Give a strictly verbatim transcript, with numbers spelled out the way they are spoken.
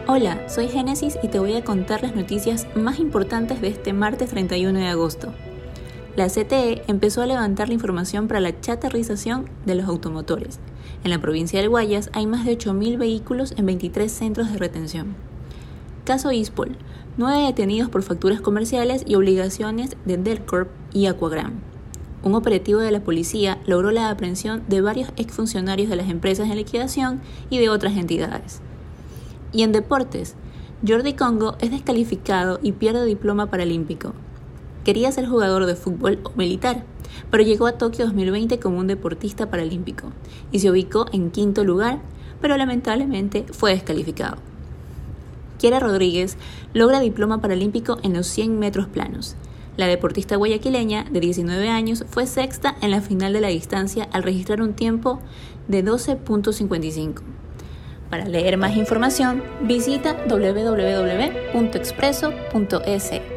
Hola, soy Génesis y te voy a contar las noticias más importantes de este martes treinta y uno de agosto. La C T E empezó a levantar la información para la chatarrización de los automotores. En la provincia del Guayas hay más de ocho mil vehículos en veintitrés centros de retención. Caso Ispol, nueve detenidos por facturas comerciales y obligaciones de Delcorp y Aquagram. Un operativo de la policía logró la aprehensión de varios exfuncionarios de las empresas en liquidación y de otras entidades. Y en deportes, Jordi Congo es descalificado y pierde diploma paralímpico. Quería ser jugador de fútbol o militar, pero llegó a Tokio dos mil veinte como un deportista paralímpico y se ubicó en quinto lugar, pero lamentablemente fue descalificado. Kiera Rodríguez logra diploma paralímpico en los cien metros planos. La deportista guayaquileña de diecinueve años fue sexta en la final de la distancia al registrar un tiempo de doce punto cincuenta y cinco. Para leer más información, visita doble u doble u doble u punto expreso punto e s.